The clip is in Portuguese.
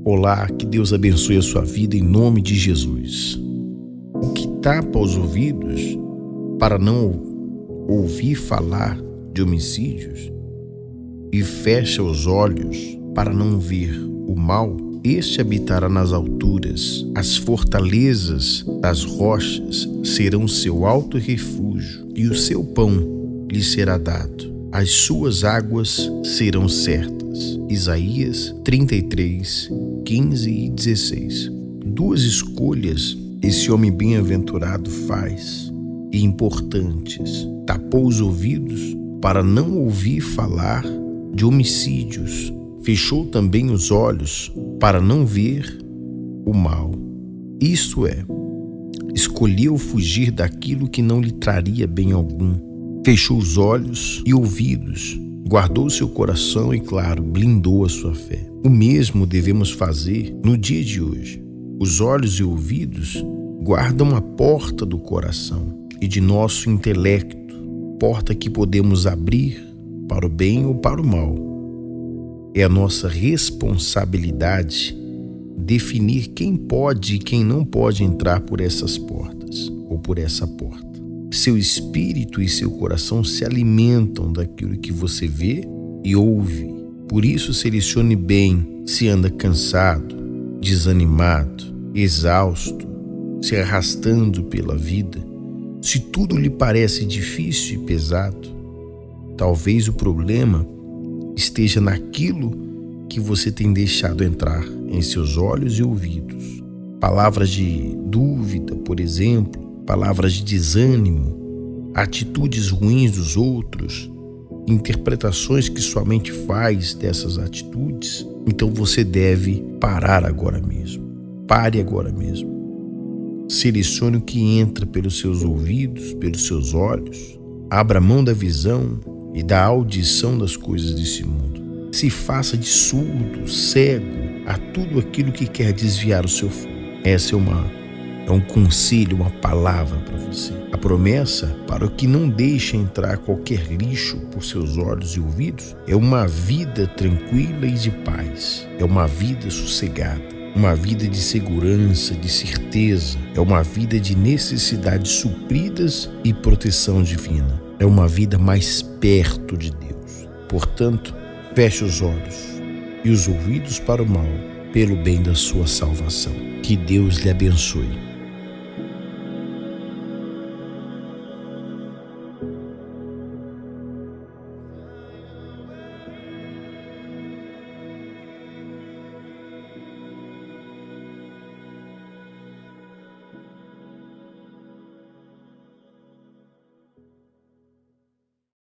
Olá, que Deus abençoe a sua vida em nome de Jesus. O que tapa os ouvidos para não ouvir falar de homicídios e fecha os olhos para não ver o mal, este habitará nas alturas. As fortalezas das rochas serão seu alto refúgio, e o seu pão lhe será dado. As suas águas serão certas. Isaías 33, 15 e 16. Duas escolhas esse homem bem-aventurado faz, e importantes. Tapou os ouvidos para não ouvir falar de homicídios. Fechou também os olhos para não ver o mal. Isto é, escolheu fugir daquilo que não lhe traria bem algum. Fechou os olhos e ouvidos, guardou seu coração e, claro, blindou a sua fé. O mesmo devemos fazer no dia de hoje. Os olhos e ouvidos guardam a porta do coração e de nosso intelecto, porta que podemos abrir para o bem ou para o mal. É a nossa responsabilidade definir quem pode e quem não pode entrar por essas portas ou por essa porta. Seu espírito e seu coração se alimentam daquilo que você vê e ouve. Por isso, selecione bem se anda cansado, desanimado, exausto, se arrastando pela vida. Se tudo lhe parece difícil e pesado, talvez o problema esteja naquilo que você tem deixado entrar em seus olhos e ouvidos. Palavras de dúvida, por exemplo, palavras de desânimo, atitudes ruins dos outros, interpretações que sua mente faz dessas atitudes. Então você deve parar agora mesmo. Pare agora mesmo. Selecione o que entra pelos seus ouvidos, pelos seus olhos. Abra mão da visão e da audição das coisas desse mundo. Se faça de surdo, cego a tudo aquilo que quer desviar o seu foco. Essa é um conselho, uma palavra para você. A promessa para o que não deixa entrar qualquer lixo por seus olhos e ouvidos é uma vida tranquila e de paz. É uma vida sossegada. Uma vida de segurança, de certeza. É uma vida de necessidades supridas e proteção divina. É uma vida mais perto de Deus. Portanto, feche os olhos e os ouvidos para o mal, pelo bem da sua salvação. Que Deus lhe abençoe.